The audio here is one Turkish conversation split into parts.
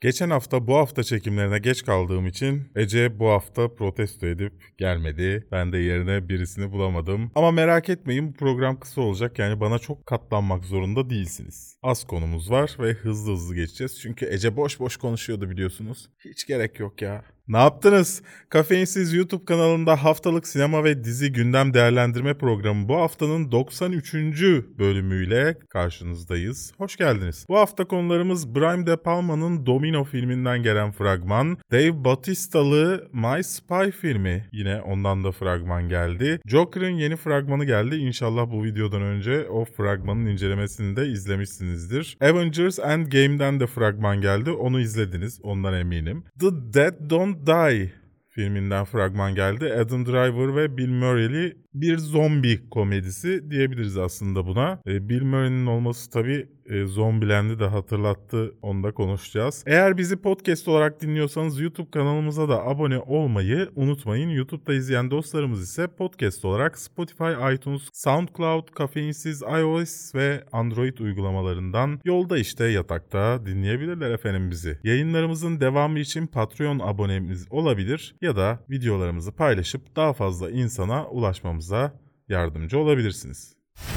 Geçen hafta bu hafta çekimlerine geç kaldığım için Ece bu hafta protesto edip gelmedi. Ben de yerine birisini bulamadım. Ama merak etmeyin, bu program kısa olacak, yani bana çok katlanmak zorunda değilsiniz. Az konumuz var ve hızlı hızlı geçeceğiz. Çünkü Ece boş boş konuşuyordu biliyorsunuz. Hiç gerek yok ya. Ne yaptınız? Kafeinsiz YouTube kanalında haftalık sinema ve dizi gündem değerlendirme programı bu haftanın 93. bölümüyle karşınızdayız. Hoş geldiniz. Bu hafta konularımız Brian De Palma'nın Domino filminden gelen fragman, Dave Bautistalı My Spy filmi, yine ondan da fragman geldi. Joker'ın yeni fragmanı geldi. İnşallah bu videodan önce o fragmanın incelemesini de izlemişsinizdir. Avengers Endgame'den de fragman geldi. Onu izlediniz, ondan eminim. The Dead Don't Die filminden fragman geldi. Adam Driver ve Bill Murray'li bir zombi komedisi diyebiliriz aslında buna. Bill Murray'nin olması tabii Zombieland'i de hatırlattı. Onu da konuşacağız. Eğer bizi podcast olarak dinliyorsanız YouTube kanalımıza da abone olmayı unutmayın. YouTube'da izleyen dostlarımız ise podcast olarak Spotify, iTunes, SoundCloud, Kafeinsiz iOS ve Android uygulamalarından yolda işte yatakta dinleyebilirler efendim bizi. Yayınlarımızın devamı için Patreon abonemiz olabilir ya da videolarımızı paylaşıp daha fazla insana ulaşmamıza yardımcı olabilirsiniz.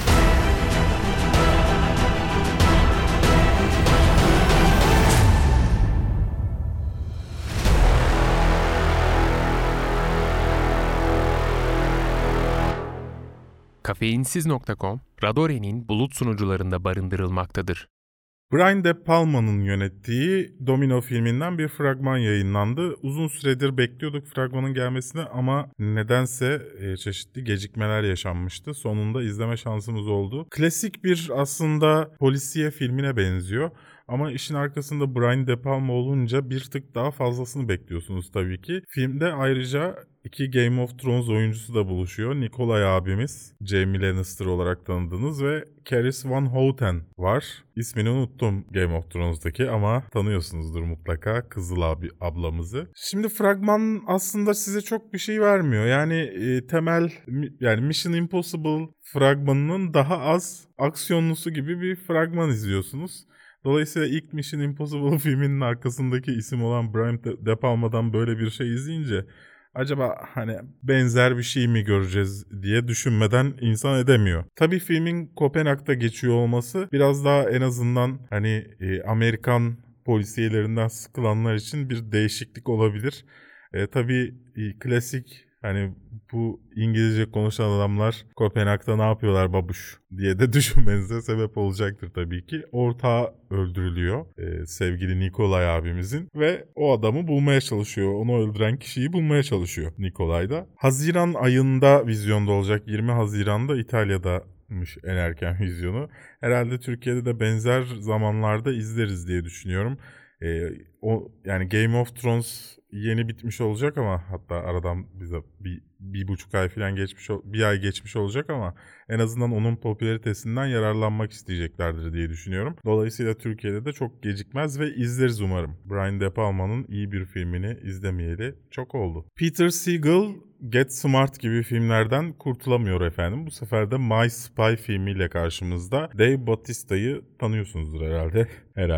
Kafeinsiz.com, Radore'nin bulut sunucularında barındırılmaktadır. Brian De Palma'nın yönettiği Domino filminden bir fragman yayınlandı. Uzun süredir bekliyorduk fragmanın gelmesini ama nedense çeşitli gecikmeler yaşanmıştı. Sonunda izleme şansımız oldu. Klasik bir aslında polisiye filmine benziyor. Ama işin arkasında Brian De Palma olunca bir tık daha fazlasını bekliyorsunuz tabii ki. Filmde ayrıca iki Game of Thrones oyuncusu da buluşuyor. Nikolay abimiz, Jaime Lannister olarak tanıdığınız, ve Karis Van Houten var. İsmini unuttum Game of Thrones'daki ama tanıyorsunuzdur mutlaka Kızıl abi ablamızı. Şimdi fragman aslında size çok bir şey vermiyor. Yani temel, yani Mission Impossible fragmanının daha az aksiyonlusu gibi bir fragman izliyorsunuz. Dolayısıyla ilk Mission Impossible filminin arkasındaki isim olan Brian De Palma'dan böyle bir şey izleyince acaba hani benzer bir şey mi göreceğiz diye düşünmeden insan edemiyor. Tabii filmin Kopenhag'da geçiyor olması biraz daha en azından hani Amerikan polisiyelerinden sıkılanlar için bir değişiklik olabilir. Tabii klasik, hani bu İngilizce konuşan adamlar Kopenhag'da ne yapıyorlar babuş diye de düşünmenize sebep olacaktır tabii ki. Ortağı öldürülüyor sevgili Nikolay abimizin ve o adamı bulmaya çalışıyor. Onu öldüren kişiyi bulmaya çalışıyor Nikolay da. Haziran ayında vizyonda olacak. 20 Haziran'da İtalya'daymış en erken vizyonu. Herhalde Türkiye'de de benzer zamanlarda izleriz diye düşünüyorum. Yani Game of Thrones yeni bitmiş olacak ama hatta aradan bize bir buçuk ay falan geçmiş, bir ay geçmiş olacak ama en azından onun popülaritesinden yararlanmak isteyeceklerdir diye düşünüyorum. Dolayısıyla Türkiye'de de çok gecikmez ve izleriz umarım. Brian De Palma'nın iyi bir filmini izlemeyeli çok oldu. Peter Segal Get Smart gibi filmlerden kurtulamıyor efendim. Bu sefer de My Spy filmiyle karşımızda. Dave Bautista'yı tanıyorsunuzdur herhalde.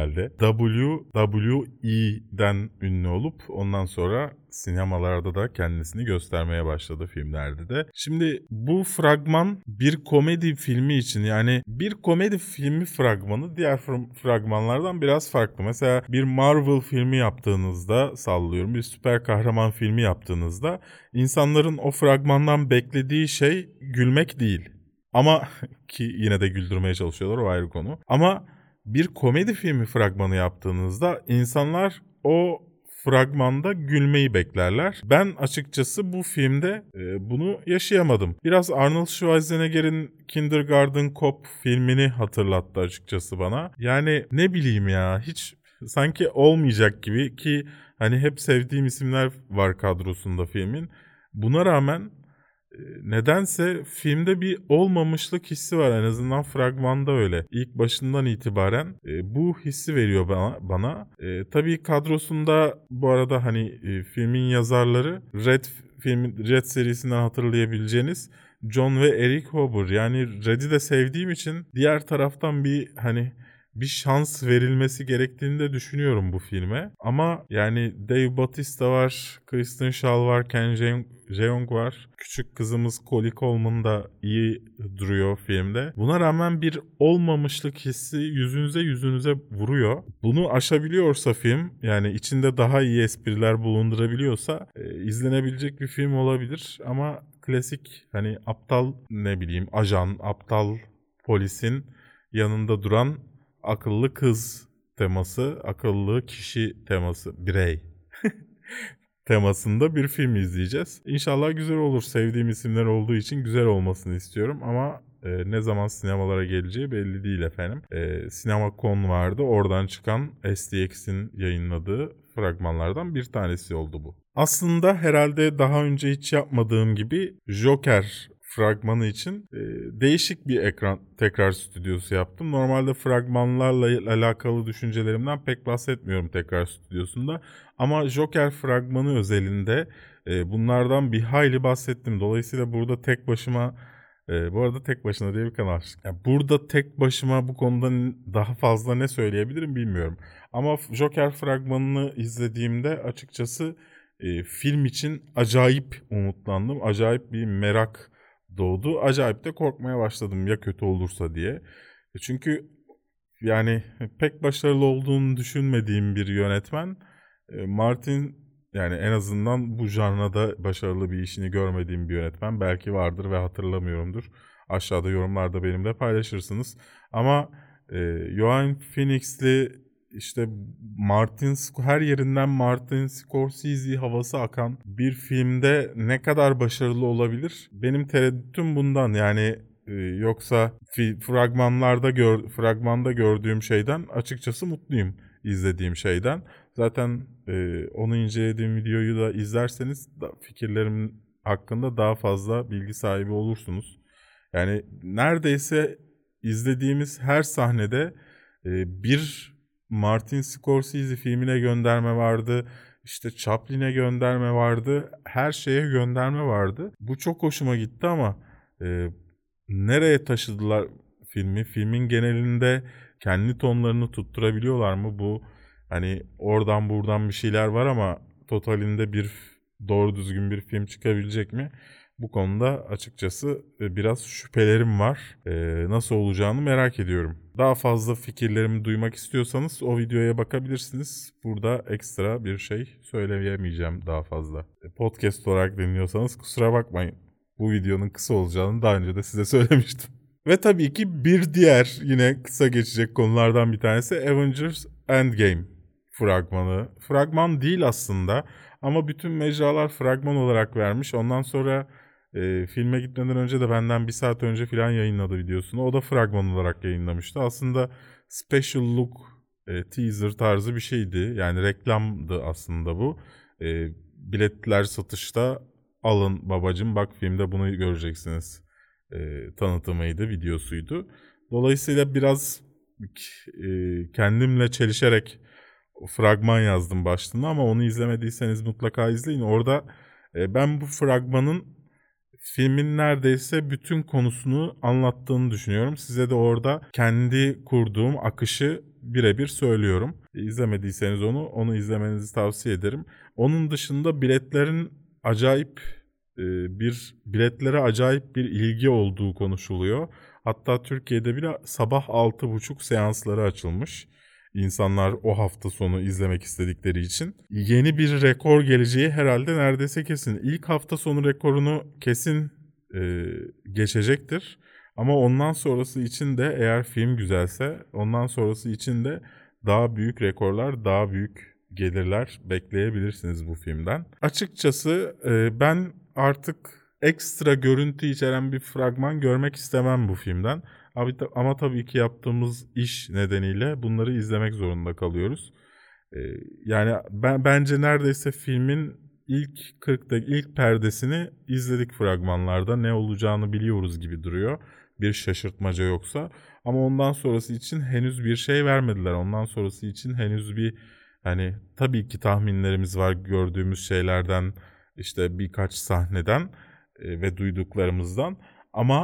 WWE'den ünlü olup ondan sonra sinemalarda da kendisini göstermeye başladı, filmlerde de. Şimdi bu fragman bir komedi filmi için, yani bir komedi filmi fragmanı diğer fragmanlardan biraz farklı. Mesela bir Marvel filmi yaptığınızda, sallıyorum, bir süper kahraman filmi yaptığınızda insanların o fragmandan beklediği şey gülmek değil. Ama ki yine de güldürmeye çalışıyorlar, o ayrı konu. Ama bir komedi filmi fragmanı yaptığınızda insanlar o fragmanda gülmeyi beklerler. Ben açıkçası bu filmde bunu yaşayamadım. Biraz Arnold Schwarzenegger'in Kindergarten Cop filmini hatırlattı açıkçası bana. Yani ne bileyim ya, hiç sanki olmayacak gibi, ki hani hep sevdiğim isimler var kadrosunda filmin. Buna rağmen nedense filmde bir olmamışlık hissi var, en azından fragmanda öyle. İlk başından itibaren bu hissi veriyor bana. Tabii kadrosunda bu arada hani filmin yazarları Red serisinden hatırlayabileceğiniz John ve Eric Hoover. Yani Red'i de sevdiğim için diğer taraftan bir hani bir şans verilmesi gerektiğini de düşünüyorum bu filme. Ama yani Dave Bautista var, Kristen Schaal var, Ken Jeong var. Küçük kızımız Collie Coleman da iyi duruyor filmde. Buna rağmen bir olmamışlık hissi yüzünüze vuruyor. Bunu aşabiliyorsa film, yani içinde daha iyi espriler bulundurabiliyorsa izlenebilecek bir film olabilir. Ama klasik hani aptal ajan, aptal polisin yanında duran akıllı kız teması, akıllı kişi teması, birey temasında bir film izleyeceğiz. İnşallah güzel olur. Sevdiğim isimler olduğu için güzel olmasını istiyorum ama ne zaman sinemalara geleceği belli değil efendim. CinemaCon vardı. Oradan çıkan STX'in yayınladığı fragmanlardan bir tanesi oldu bu. Aslında herhalde daha önce hiç yapmadığım gibi Joker fragmanı için değişik bir tekrar stüdyosu yaptım. Normalde fragmanlarla alakalı düşüncelerimden pek bahsetmiyorum tekrar stüdyosunda. Ama Joker fragmanı özelinde bunlardan bir hayli bahsettim. Dolayısıyla burada tek başıma, bu arada Tek Başına diye bir kanal. Yani burada tek başıma bu konuda daha fazla ne söyleyebilirim bilmiyorum. Ama Joker fragmanını izlediğimde açıkçası film için acayip umutlandım. Acayip bir merak doğdu. Acayip de korkmaya başladım ya kötü olursa diye. Çünkü yani pek başarılı olduğunu düşünmediğim bir yönetmen. Martin, yani en azından bu janrada başarılı bir işini görmediğim bir yönetmen. Belki vardır ve hatırlamıyorumdur. Aşağıda yorumlarda benimle paylaşırsınız. Ama Joaquin Phoenix'li işte her yerinden Martin Scorsese havası akan bir filmde ne kadar başarılı olabilir? Benim tereddütüm bundan. Yani yoksa fragmanda gördüğüm şeyden açıkçası mutluyum, izlediğim şeyden. Zaten onu incelediğim videoyu da izlerseniz fikirlerim hakkında daha fazla bilgi sahibi olursunuz. Yani neredeyse izlediğimiz her sahnede bir Martin Scorsese filmine gönderme vardı. İşte Chaplin'e gönderme vardı. Her şeye gönderme vardı. Bu çok hoşuma gitti ama nereye taşıdılar filmi? Filmin genelinde kendi tonlarını tutturabiliyorlar mı? Bu hani oradan buradan bir şeyler var ama totalinde bir doğru düzgün bir film çıkabilecek mi? Bu konuda açıkçası biraz şüphelerim var. Nasıl olacağını merak ediyorum. Daha fazla fikirlerimi duymak istiyorsanız o videoya bakabilirsiniz. Burada ekstra bir şey söyleyemeyeceğim daha fazla. Podcast olarak dinliyorsanız kusura bakmayın. Bu videonun kısa olacağını daha önce de size söylemiştim. Ve tabii ki bir diğer yine kısa geçecek konulardan bir tanesi Avengers Endgame fragmanı. Fragman değil aslında ama bütün mecralar fragman olarak vermiş. Ondan sonra filme gitmeden önce de benden bir saat önce falan yayınladı videosunu. O da fragman olarak yayınlamıştı. Aslında special look teaser tarzı bir şeydi. Yani reklamdı aslında bu. Biletler satışta, alın babacım bak filmde bunu göreceksiniz tanıtımıydı, videosuydu. Dolayısıyla biraz kendimle çelişerek fragman yazdım başlığına ama onu izlemediyseniz mutlaka izleyin. Orada ben bu fragmanın filmin neredeyse bütün konusunu anlattığını düşünüyorum. Size de orada kendi kurduğum akışı birebir söylüyorum. İzlemediyseniz onu izlemenizi tavsiye ederim. Onun dışında biletlere acayip bir ilgi olduğu konuşuluyor. Hatta Türkiye'de bile sabah 6.30 seansları açılmış. İnsanlar o hafta sonu izlemek istedikleri için. Yeni bir rekor geleceği herhalde neredeyse kesin. İlk hafta sonu rekorunu kesin geçecektir. Ama ondan sonrası için de eğer film güzelse ondan sonrası için de daha büyük rekorlar, daha büyük gelirler bekleyebilirsiniz bu filmden. Açıkçası ben artık ekstra görüntü içeren bir fragman görmek istemem bu filmden. Ama tabii ki yaptığımız iş nedeniyle bunları izlemek zorunda kalıyoruz. Yani bence neredeyse filmin ilk perdesini izledik fragmanlarda. Ne olacağını biliyoruz gibi duruyor. Bir şaşırtmaca yoksa. Ama ondan sonrası için henüz bir şey vermediler. Ondan sonrası için henüz hani tabii ki tahminlerimiz var gördüğümüz şeylerden, işte birkaç sahneden ve duyduklarımızdan. Ama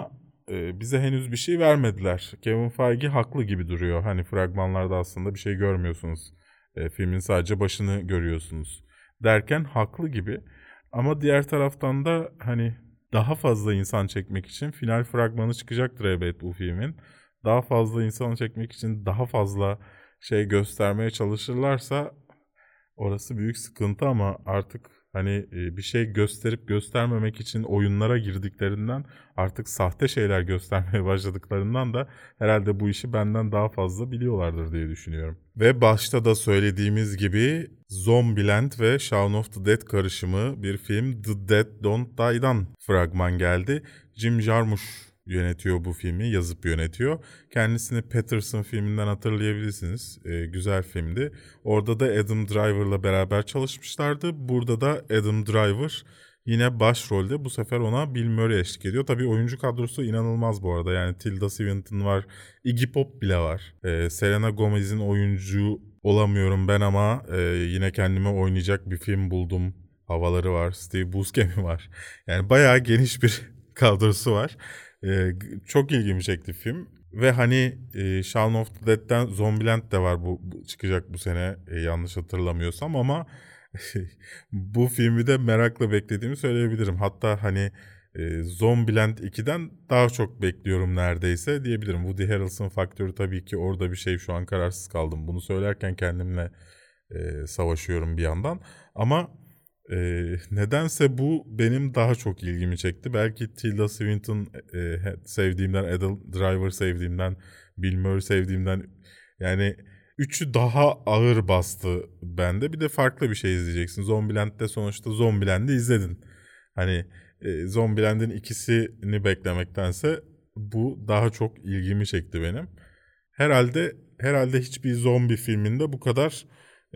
bize henüz bir şey vermediler. Kevin Feige haklı gibi duruyor. Hani fragmanlarda aslında bir şey görmüyorsunuz. Filmin sadece başını görüyorsunuz. Derken haklı gibi. Ama diğer taraftan da hani daha fazla insan çekmek için final fragmanı çıkacaktır elbet bu filmin. Daha fazla insan çekmek için daha fazla şey göstermeye çalışırlarsa orası büyük sıkıntı ama artık hani bir şey gösterip göstermemek için oyunlara girdiklerinden artık sahte şeyler göstermeye başladıklarından da herhalde bu işi benden daha fazla biliyorlardır diye düşünüyorum. Ve başta da söylediğimiz gibi Zombieland ve Shaun of the Dead karışımı bir film The Dead Don't Die'dan fragman geldi. Jim Jarmusch yönetiyor bu filmi, yazıp yönetiyor. Kendisini Patterson filminden hatırlayabilirsiniz. Güzel filmdi. Orada da Adam Driver'la beraber çalışmışlardı. Burada da Adam Driver yine başrolde. Bu sefer ona Bill Murray eşlik ediyor. Tabii oyuncu kadrosu inanılmaz bu arada. Yani Tilda Swinton var, Iggy Pop bile var. Selena Gomez'in oyuncu olamıyorum ben ama yine kendime oynayacak bir film buldum havaları var. Steve Buscemi var. Yani bayağı geniş bir kadrosu var. Çok ilgimi çekti film. Ve hani Shaun of the Dead'den Zombieland de var bu çıkacak bu sene yanlış hatırlamıyorsam ama bu filmi de merakla beklediğimi söyleyebilirim. Hatta hani Zombieland 2'den daha çok bekliyorum neredeyse diyebilirim. Woody Harrelson faktörü tabii ki orada bir şey, şu an kararsız kaldım. Bunu söylerken kendimle savaşıyorum bir yandan. Ama nedense bu benim daha çok ilgimi çekti. Belki Tilda Swinton sevdiğimden, Adam Driver sevdiğimden, Bill Murray sevdiğimden, yani üçü daha ağır bastı bende. Bir de farklı bir şey izleyeceksin. Zombieland'de sonuçta Zombieland'i izledin. Hani Zombieland'in ikisini beklemektense bu daha çok ilgimi çekti benim. Herhalde hiçbir zombi filminde bu kadar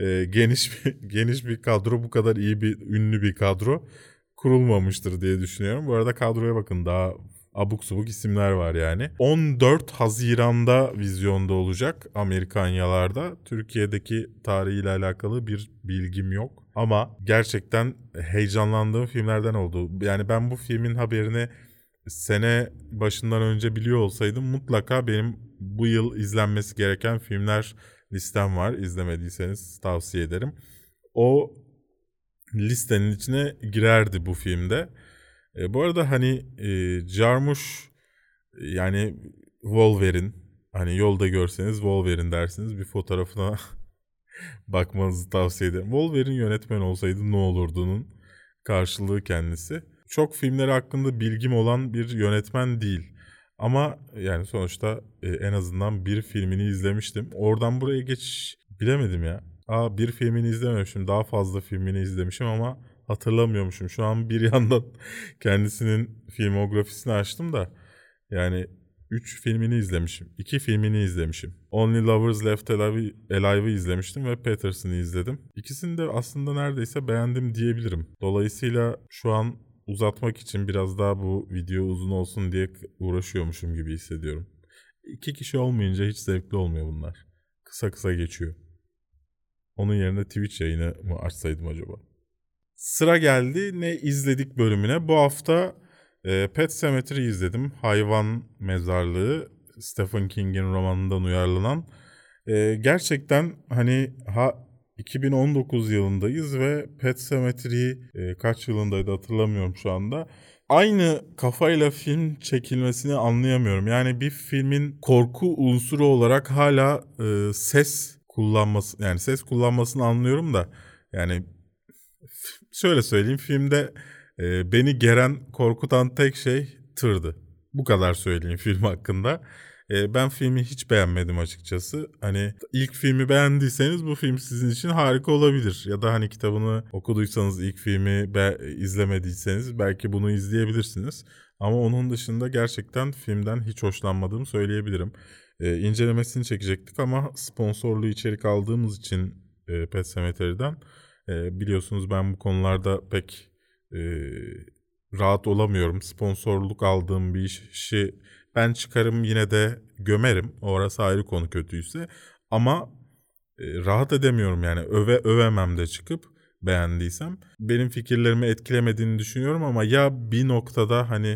geniş bir kadro, bu kadar iyi bir ünlü bir kadro kurulmamıştır diye düşünüyorum. Bu arada kadroya bakın, daha abuk subuk isimler var yani. 14 Haziran'da vizyonda olacak Amerikanyalarda. Türkiye'deki tarihiyle alakalı bir bilgim yok. Ama gerçekten heyecanlandığım filmlerden oldu. Yani ben bu filmin haberini sene başından önce biliyor olsaydım mutlaka benim bu yıl izlenmesi gereken filmler listem var. İzlemediyseniz tavsiye ederim. O listenin içine girerdi bu filmde. Bu arada hani Jarmusch, yani Wolverine, hani yolda görseniz Wolverine dersiniz, bir fotoğrafına bakmanızı tavsiye ederim. Wolverine yönetmen olsaydı ne olurdu'nun karşılığı kendisi. Çok filmleri hakkında bilgim olan bir yönetmen değil. Ama yani sonuçta en azından bir filmini izlemiştim. Oradan buraya geçiş bilemedim ya. Bir filmini izlememişim. Daha fazla filmini izlemişim ama hatırlamıyormuşum. Şu an bir yandan kendisinin filmografisini açtım da yani 3 filmini izlemişim. 2 filmini izlemişim. Only Lovers Left Alive'ı izlemiştim ve Patterson'ı izledim. İkisini de aslında neredeyse beğendim diyebilirim. Dolayısıyla şu an uzatmak için biraz daha bu video uzun olsun diye uğraşıyormuşum gibi hissediyorum. 2 kişi olmayınca hiç zevkli olmuyor bunlar. Kısa kısa geçiyor. Onun yerine Twitch yayını mı açsaydım acaba? Sıra geldi ne izledik bölümüne. Bu hafta Pet Sematary izledim. Hayvan Mezarlığı. Stephen King'in romanından uyarlanan. Gerçekten hani 2019 yılındayız ve Pet Sematary kaç yılındaydı hatırlamıyorum şu anda. Aynı kafayla film çekilmesini anlayamıyorum. Yani bir filmin korku unsuru olarak hala ses kullanması, yani ses kullanmasını anlıyorum da yani şöyle söyleyeyim, filmde beni geren, korkutan tek şey tırdı. Bu kadar söyleyeyim film hakkında. Ben filmi hiç beğenmedim açıkçası. Hani ilk filmi beğendiyseniz bu film sizin için harika olabilir. Ya da hani kitabını okuduysanız, ilk filmi izlemediyseniz belki bunu izleyebilirsiniz. Ama onun dışında gerçekten filmden hiç hoşlanmadığımı söyleyebilirim. İncelemesini çekecektik ama sponsorlu içerik aldığımız için Pet Sematary'den biliyorsunuz ben bu konularda pek rahat olamıyorum. Sponsorluk aldığım bir işi ben çıkarım yine de gömerim. Orası ayrı konu, kötüyse. Ama rahat edemiyorum yani. Övemem de çıkıp beğendiysem. Benim fikirlerimi etkilemediğini düşünüyorum ama ya bir noktada hani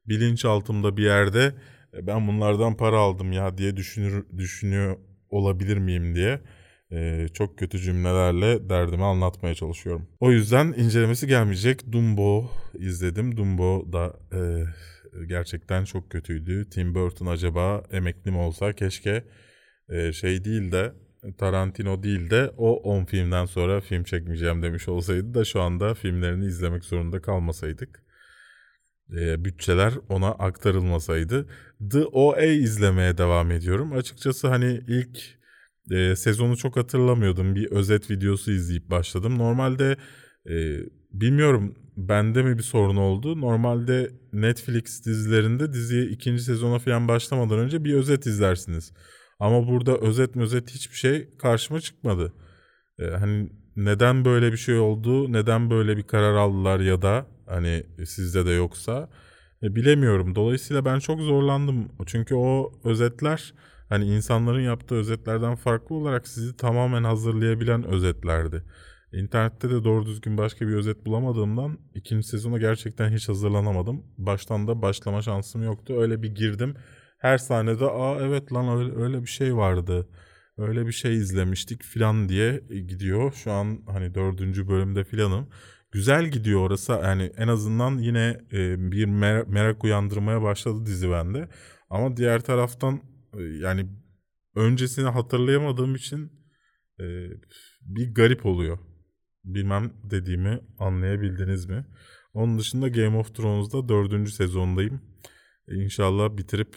bilinçaltımda bir yerde ben bunlardan para aldım ya diye düşünüyor olabilir miyim diye çok kötü cümlelerle derdimi anlatmaya çalışıyorum. O yüzden incelemesi gelmeyecek. Dumbo izledim. Dumbo da gerçekten çok kötüydü. Tim Burton acaba emekli mi olsa, keşke şey değil de Tarantino değil de o 10 filmden sonra film çekmeyeceğim demiş olsaydı da şu anda filmlerini izlemek zorunda kalmasaydık. Bütçeler ona aktarılmasaydı. The OA izlemeye devam ediyorum. Açıkçası hani ilk sezonu çok hatırlamıyordum. Bir özet videosu izleyip başladım. Normalde bilmiyorum bende mi bir sorun oldu. Normalde Netflix dizilerinde diziye ikinci sezona falan başlamadan önce bir özet izlersiniz. Ama burada özet hiçbir şey karşıma çıkmadı. Hani neden böyle bir şey oldu, neden böyle bir karar aldılar ya da hani sizde de yoksa bilemiyorum. Dolayısıyla ben çok zorlandım. Çünkü o özetler hani insanların yaptığı özetlerden farklı olarak sizi tamamen hazırlayabilen özetlerdi. İnternette de doğru düzgün başka bir özet bulamadığımdan ikinci sezona gerçekten hiç hazırlanamadım. Baştan da başlama şansım yoktu. Öyle bir girdim. Her sahnede evet lan öyle bir şey vardı. Öyle bir şey izlemiştik filan diye gidiyor. Şu an hani 4. bölümde filanım. Güzel gidiyor orası. Yani en azından yine bir merak uyandırmaya başladı dizi bende. Ama diğer taraftan yani öncesini hatırlayamadığım için e, bir garip oluyor. Bilmem dediğimi anlayabildiniz mi? Onun dışında Game of Thrones'da 4. sezondayım. İnşallah bitirip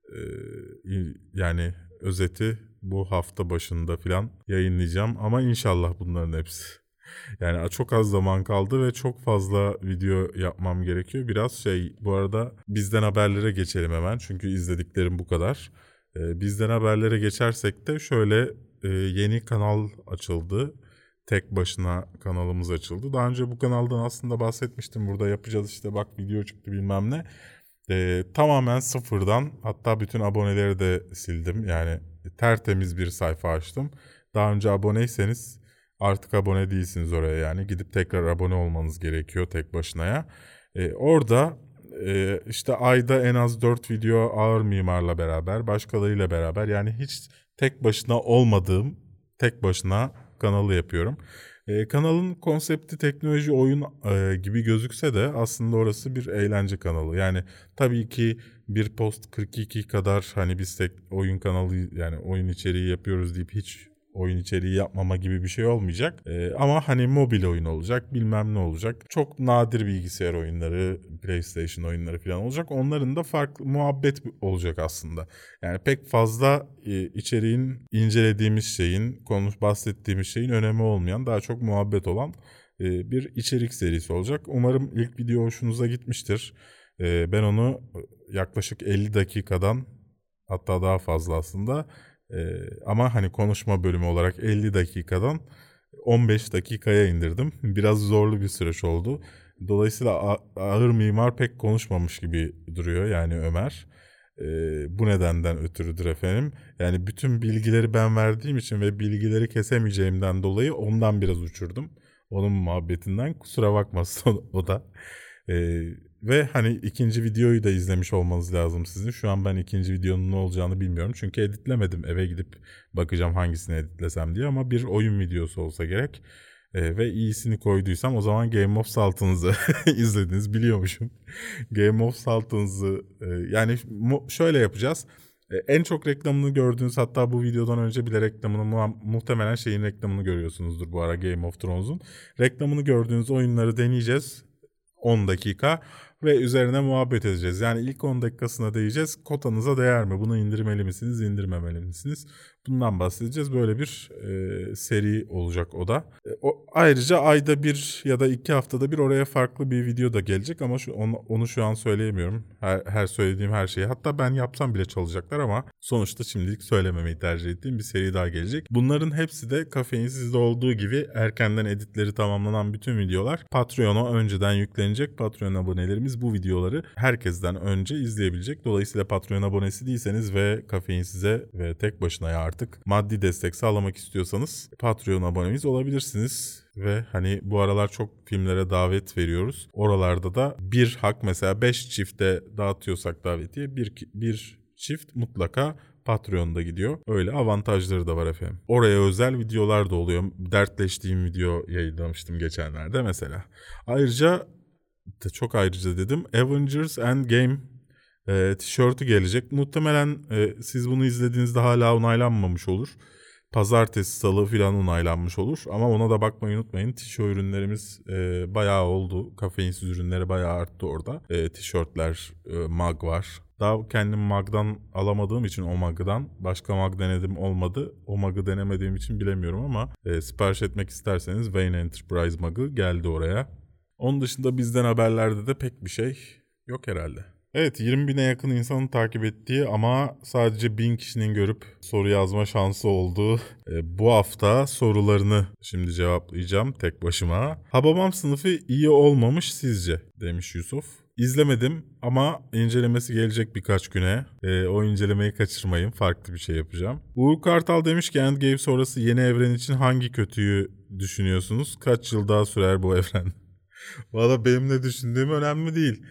yani özeti bu hafta başında falan yayınlayacağım. Ama inşallah bunların hepsi. Yani çok az zaman kaldı ve çok fazla video yapmam gerekiyor. Biraz bu arada bizden haberlere geçelim hemen. Çünkü izlediklerim bu kadar. Bizden haberlere geçersek de şöyle yeni kanal açıldı. Tek başına kanalımız açıldı. Daha önce bu kanaldan aslında bahsetmiştim. Burada yapacağız işte bak video çıktı bilmem ne. Tamamen sıfırdan, hatta bütün aboneleri de sildim. Yani tertemiz bir sayfa açtım. Daha önce aboneyseniz artık abone değilsiniz oraya yani. Gidip tekrar abone olmanız gerekiyor tek başınaya. Orada işte ayda en az 4 video Ağır Mimar'la beraber, başkalarıyla beraber, yani hiç tek başına olmadığım, tek başına kanalı yapıyorum. Kanalın konsepti teknoloji oyun gibi gözükse de aslında orası bir eğlence kanalı. Yani tabii ki bir post 42 kadar hani biz tek oyun kanalı, yani oyun içeriği yapıyoruz deyip hiç oyun içeriği yapmama gibi bir şey olmayacak. Ama hani mobil oyun olacak, bilmem ne olacak. Çok nadir bilgisayar oyunları, PlayStation oyunları falan olacak. Onların da farklı muhabbet olacak aslında. Yani pek fazla içeriğin, incelediğimiz şeyin, bahsettiğimiz şeyin önemi olmayan, daha çok muhabbet olan bir içerik serisi olacak. Umarım ilk video hoşunuza gitmiştir. Ben onu yaklaşık 50 dakikadan, hatta daha fazla aslında, ama hani konuşma bölümü olarak 50 dakikadan 15 dakikaya indirdim. Biraz zorlu bir süreç oldu. Dolayısıyla Ağır Mimar pek konuşmamış gibi duruyor yani Ömer. Bu nedenden ötürüdür efendim. Yani bütün bilgileri ben verdiğim için ve bilgileri kesemeyeceğimden dolayı ondan biraz uçurdum. Onun muhabbetinden kusura bakmasın o da. Ve hani ikinci videoyu da izlemiş olmanız lazım sizin. Şu an ben ikinci videonun ne olacağını bilmiyorum. Çünkü editlemedim. Eve gidip bakacağım hangisini editlesem diye. Ama bir oyun videosu olsa gerek. Ve iyisini koyduysam o zaman Game of Salt'ınızı izlediniz, biliyormuşum. Game of Salt'ınızı yani şöyle yapacağız. En çok reklamını gördüğünüz, hatta bu videodan önce bile reklamını, muhtemelen şeyin reklamını görüyorsunuzdur bu ara, Game of Thrones'un. Reklamını gördüğünüz oyunları deneyeceğiz. 10 dakika ve üzerine muhabbet edeceğiz. Yani ilk 10 dakikasına değeceğiz. Kotanıza değer mi? Bunu indirmeli misiniz, indirmemeli misiniz? Bundan bahsedeceğiz. Böyle bir seri olacak o da. Ayrıca ayda bir ya da 2 haftada bir oraya farklı bir video da gelecek ama onu şu an söyleyemiyorum. Her söylediğim her şeyi. Hatta ben yapsam bile çalacaklar ama sonuçta şimdilik söylememeyi tercih ettiğim bir seri daha gelecek. Bunların hepsi de Kafeinsiz'de olduğu gibi erkenden editleri tamamlanan bütün videolar Patreon'a önceden yüklenecek. Patreon abonelerimiz bu videoları herkesten önce izleyebilecek. Dolayısıyla Patreon abonesi değilseniz ve Kafeinsiz'e ve tek başına artık maddi destek sağlamak istiyorsanız Patreon abonemiz olabilirsiniz. ve hani bu aralar çok filmlere davet veriyoruz. Oralarda da bir hak mesela 5 çifte dağıtıyorsak davetiye bir çift mutlaka Patreon'da gidiyor. Öyle avantajları da var efendim. Oraya özel videolar da oluyor. Dertleştiğim video yayınlamıştım geçenlerde mesela. Ayrıca çok ayrıca dedim, Avengers Endgame tişörtü gelecek. Muhtemelen siz bunu izlediğinizde hala onaylanmamış olur. Pazartesi, salı falan onaylanmış olur. Ama ona da bakmayı unutmayın. Tişört ürünlerimiz bayağı oldu. Kafeinsiz ürünleri bayağı arttı orada. Tişörtler, mug var. Daha kendim mug'dan alamadığım için o mug'dan. Başka mug denedim, olmadı. O mug'ı denemediğim için bilemiyorum ama sipariş etmek isterseniz Wayne Enterprise mug'ı geldi oraya. Onun dışında bizden haberlerde de pek bir şey yok herhalde. Evet, 20 bine yakın insanın takip ettiği ama sadece 1000 kişinin görüp soru yazma şansı olduğu bu hafta sorularını şimdi cevaplayacağım tek başıma. Hababam sınıfı iyi olmamış sizce, demiş Yusuf. İzlemedim ama incelemesi gelecek birkaç güne. O incelemeyi kaçırmayın, farklı bir şey yapacağım. Uğur Kartal demiş ki Endgame sonrası yeni evren için hangi kötüyü düşünüyorsunuz? Kaç yıl daha sürer bu evren? Valla benim ne düşündüğüm önemli değil.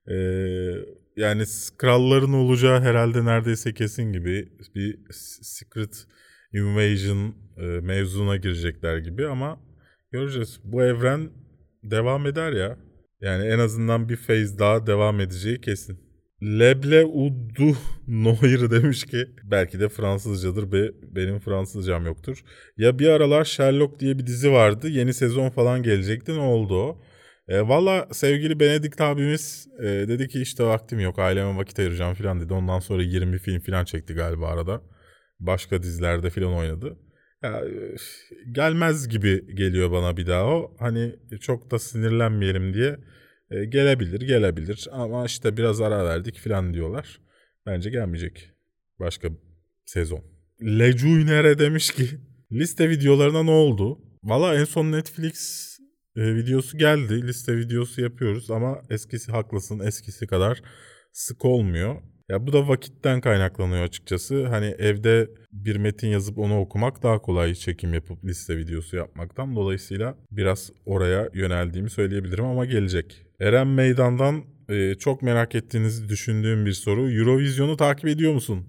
Yani kralların olacağı herhalde neredeyse kesin gibi, bir Secret Invasion mevzuna girecekler gibi ama göreceğiz. Bu evren devam eder ya. Yani en azından bir phase daha devam edeceği kesin. Leble Udu Noir demiş ki belki de Fransızcadır, benim Fransızcam yoktur. Ya bir aralar Sherlock diye bir dizi vardı, yeni sezon falan gelecekti, ne oldu o? Valla sevgili Benedict abimiz dedi ki işte vaktim yok, aileme vakit ayıracağım falan dedi. Ondan sonra 20 film falan çekti galiba arada. Başka dizilerde falan oynadı. Ya, gelmez gibi geliyor bana bir daha o. Hani çok da sinirlenmeyelim diye gelebilir ama işte biraz ara verdik falan diyorlar. Bence gelmeyecek başka sezon. Lejuinere demiş ki liste videolarına ne oldu? Valla en son Netflix videosu geldi. Liste videosu yapıyoruz ama haklısın, eskisi kadar sık olmuyor. Ya bu da vakitten kaynaklanıyor açıkçası. Hani evde bir metin yazıp onu okumak daha kolay çekim yapıp liste videosu yapmaktan. Dolayısıyla biraz oraya yöneldiğimi söyleyebilirim ama gelecek. Eren Meydan'dan çok merak ettiğinizi düşündüğüm bir soru. Eurovision'u takip ediyor musun?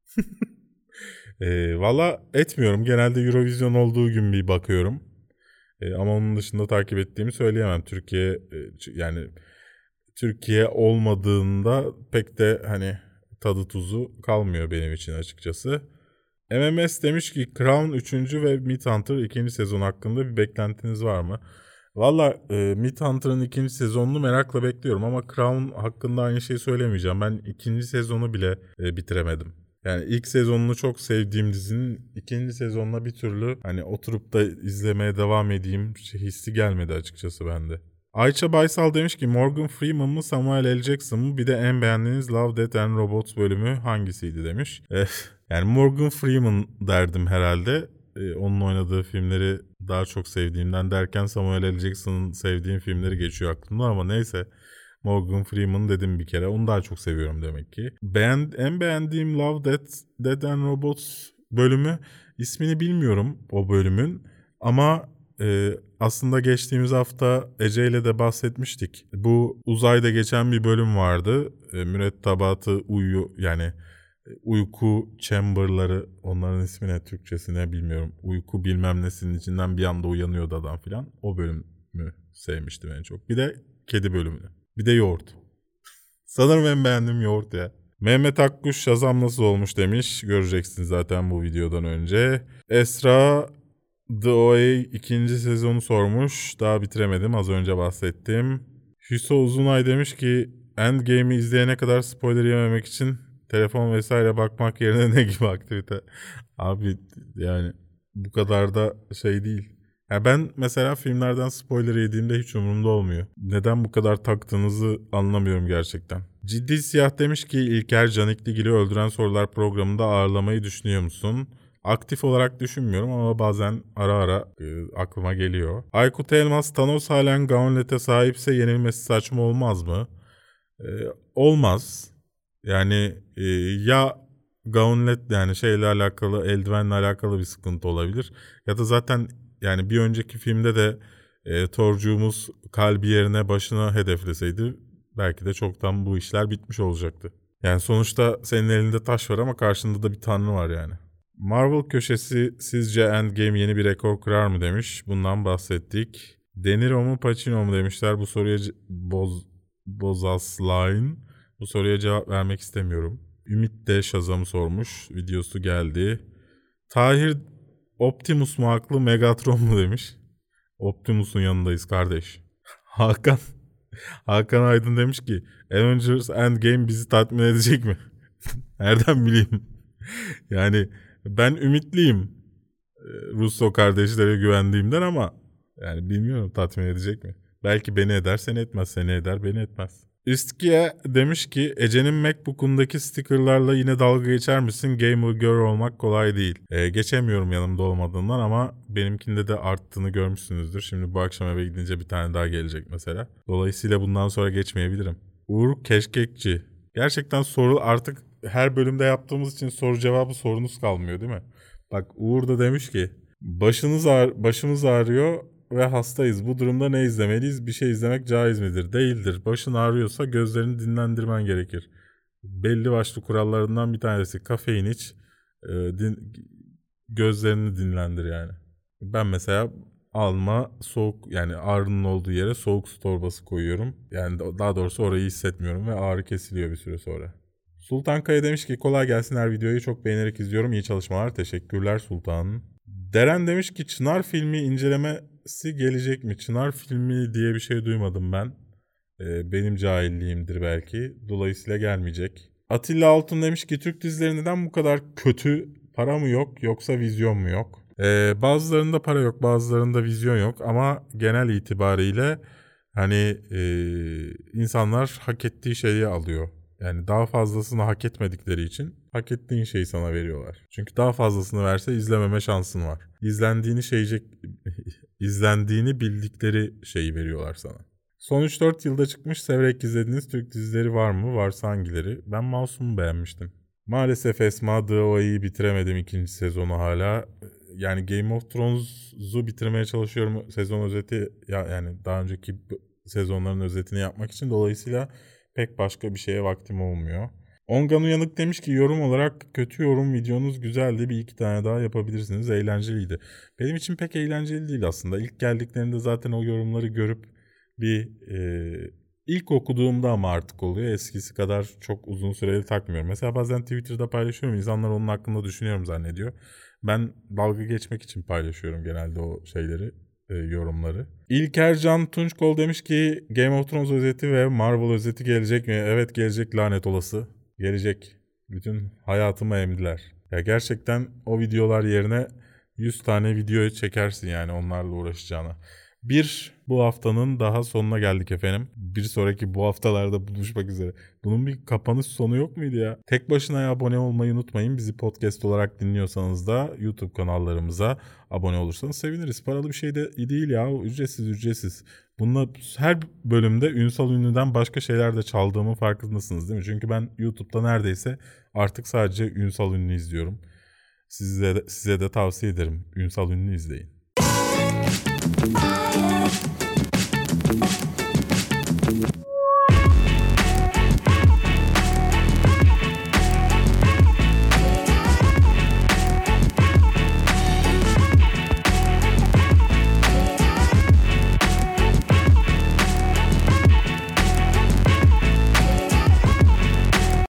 Valla etmiyorum. Genelde Eurovision olduğu gün bir bakıyorum. Ama onun dışında takip ettiğimi söyleyemem. Yani Türkiye olmadığında pek de hani tadı tuzu kalmıyor benim için açıkçası. MMS demiş ki Crown 3. ve Mindhunter 2. sezon hakkında bir beklentiniz var mı? Valla Mindhunter'ın 2. sezonunu merakla bekliyorum ama Crown hakkında aynı şeyi söylemeyeceğim. Ben 2. sezonu bile bitiremedim. Yani ilk sezonunu çok sevdiğim dizinin 2. sezonuna bir türlü hani oturup da izlemeye devam edeyim hissi gelmedi açıkçası bende. Ayça Baysal demiş ki Morgan Freeman mı Samuel L. Jackson mı, bir de en beğendiğiniz Love, Death and Robots bölümü hangisiydi demiş. Yani Morgan Freeman derdim herhalde. Onun oynadığı filmleri daha çok sevdiğimden derken Samuel L. Jackson'ın sevdiğim filmleri geçiyor aklımda ama neyse. Morgan Freeman dedim bir kere. Onu daha çok seviyorum demek ki. En beğendiğim Love, Death and Robots bölümü, ismini bilmiyorum o bölümün. Ama aslında geçtiğimiz hafta Ece ile de bahsetmiştik. Bu uzayda geçen bir bölüm vardı. Mürettebatı uyku chamberları, onların ismi ne, Türkçesi ne bilmiyorum. Uyku bilmem nesinin içinden bir anda uyanıyordu adam filan. O bölümü sevmiştim en çok. Bir de kedi bölümünü. Bir de yoğurt. Sanırım en beğendiğim yoğurt ya. Mehmet Akkuş Şazam nasıl olmuş demiş. Göreceksiniz zaten bu videodan önce. Esra The OA 2. sezonu sormuş. Daha bitiremedim, az önce bahsettim. Hüso Uzunay demiş ki Endgame'i izleyene kadar spoiler yememek için telefon vesaire bakmak yerine ne gibi aktivite? Abi yani bu kadar da şey değil. Ya ben mesela filmlerden spoiler yediğimde hiç umurumda olmuyor. Neden bu kadar taktığınızı anlamıyorum gerçekten. Ciddi Siyah demiş ki İlker Canikligil'i Öldüren Sorular programında ağırlamayı düşünüyor musun? Aktif olarak düşünmüyorum ama bazen ara ara aklıma geliyor. Aykut Elmas, Thanos halen Gauntlet'e sahipse yenilmesi saçma olmaz mı? Olmaz. Yani ya Gauntlet yani şeyle alakalı, eldivenle alakalı bir sıkıntı olabilir. Ya da zaten yani bir önceki filmde de Thor'cuğumuz kalbi yerine başına hedefleseydi belki de çoktan bu işler bitmiş olacaktı. Yani sonuçta senin elinde taş var ama karşında da bir tanrı var yani. Marvel köşesi sizce Endgame yeni bir rekor kırar mı demiş. Bundan bahsettik. De Niro mu Pacino mu demişler. Bu soruya Bozasline. Bu soruya cevap vermek istemiyorum. Ümit de Shazam'ı sormuş. Videosu geldi. Tahir Optimus mu haklı Megatron mu demiş. Optimus'un yanındayız kardeş. Hakan Aydın demiş ki Avengers Endgame bizi tatmin edecek mi? Nereden bileyim? Yani ben ümitliyim. Russo kardeşlere güvendiğimden ama yani bilmiyorum tatmin edecek mi? Belki beni eder, seni etmez. Seni eder, beni etmez. İskiye demiş ki Ece'nin MacBook'undaki stickerlarla yine dalga geçer misin? Gamer girl olmak kolay değil. Geçemiyorum yanımda olmadığından ama benimkinde de arttığını görmüşsünüzdür. Şimdi bu akşam eve gidince bir tane daha gelecek mesela. Dolayısıyla bundan sonra geçmeyebilirim. Uğur Keşkekçi. Gerçekten soru artık her bölümde yaptığımız için soru cevabı sorunuz kalmıyor değil mi? Bak Uğur da demiş ki başımız ağrıyor ve hastayız. Bu durumda ne izlemeliyiz? Bir şey izlemek caiz midir? Değildir. Başın ağrıyorsa gözlerini dinlendirmen gerekir. Belli başlı kurallarından bir tanesi. Kafein iç, gözlerini dinlendir yani. Ben mesela soğuk yani ağrının olduğu yere soğuk su torbası koyuyorum. Yani daha doğrusu orayı hissetmiyorum ve ağrı kesiliyor bir süre sonra. Sultan Kaya demiş ki kolay gelsin, her videoyu çok beğenerek izliyorum. İyi çalışmalar. Teşekkürler Sultan. Deren demiş ki Çınar filmi incelemesi gelecek mi? Çınar filmi diye bir şey duymadım ben. Benim cahilliğimdir belki. Dolayısıyla gelmeyecek. Atilla Altun demiş ki Türk dizileri neden bu kadar kötü? Para mı yok yoksa vizyon mu yok? Bazılarında para yok, bazılarında vizyon yok ama genel itibariyle hani insanlar hak ettiği şeyi alıyor. Yani daha fazlasını hak etmedikleri için hak ettiğin şeyi sana veriyorlar. Çünkü daha fazlasını verse izlememe şansın var. İzlendiğini bildikleri şeyi veriyorlar sana. Son 3-4 yılda çıkmış severek izlediğiniz Türk dizileri var mı? Varsa hangileri? Ben Masum'u beğenmiştim. Maalesef Esma Dağ'ı bitiremedim ikinci sezonu hala. Yani Game of Thrones'u bitirmeye çalışıyorum sezon özeti yani daha önceki sezonların özetini yapmak için. Dolayısıyla pek başka bir şeye vaktim olmuyor. Ongan Uyanık demiş ki yorum olarak kötü yorum videonuz güzeldi. Bir iki tane daha yapabilirsiniz. Eğlenceliydi. Benim için pek eğlenceli değil aslında. İlk geldiklerinde zaten o yorumları görüp ilk okuduğumda ama artık oluyor. Eskisi kadar çok uzun süreli takmıyorum. Mesela bazen Twitter'da paylaşıyorum. İnsanlar onun hakkında düşünüyorum zannediyor. Ben dalga geçmek için paylaşıyorum genelde o şeyleri, yorumları. İlker Can Tunçkol demiş ki Game of Thrones özeti ve Marvel özeti gelecek mi? Evet gelecek, lanet olası. Gelecek. Bütün hayatımı emdiler. Ya gerçekten o videolar yerine 100 tane video çekersin yani onlarla uğraşacağına. Bu haftanın daha sonuna geldik efendim. Bir sonraki bu haftalarda buluşmak üzere. Bunun bir kapanış sonu yok muydu ya? Tek başına abone olmayı unutmayın. Bizi podcast olarak dinliyorsanız da YouTube kanallarımıza abone olursanız seviniriz. Paralı bir şey de değil ya. Ücretsiz. Bununla her bölümde Ünsal Ünlü'den başka şeyler de çaldığımın farkındasınız değil mi? Çünkü ben YouTube'da neredeyse artık sadece Ünsal Ünlü izliyorum. Size de tavsiye ederim. Ünsal Ünlü izleyin.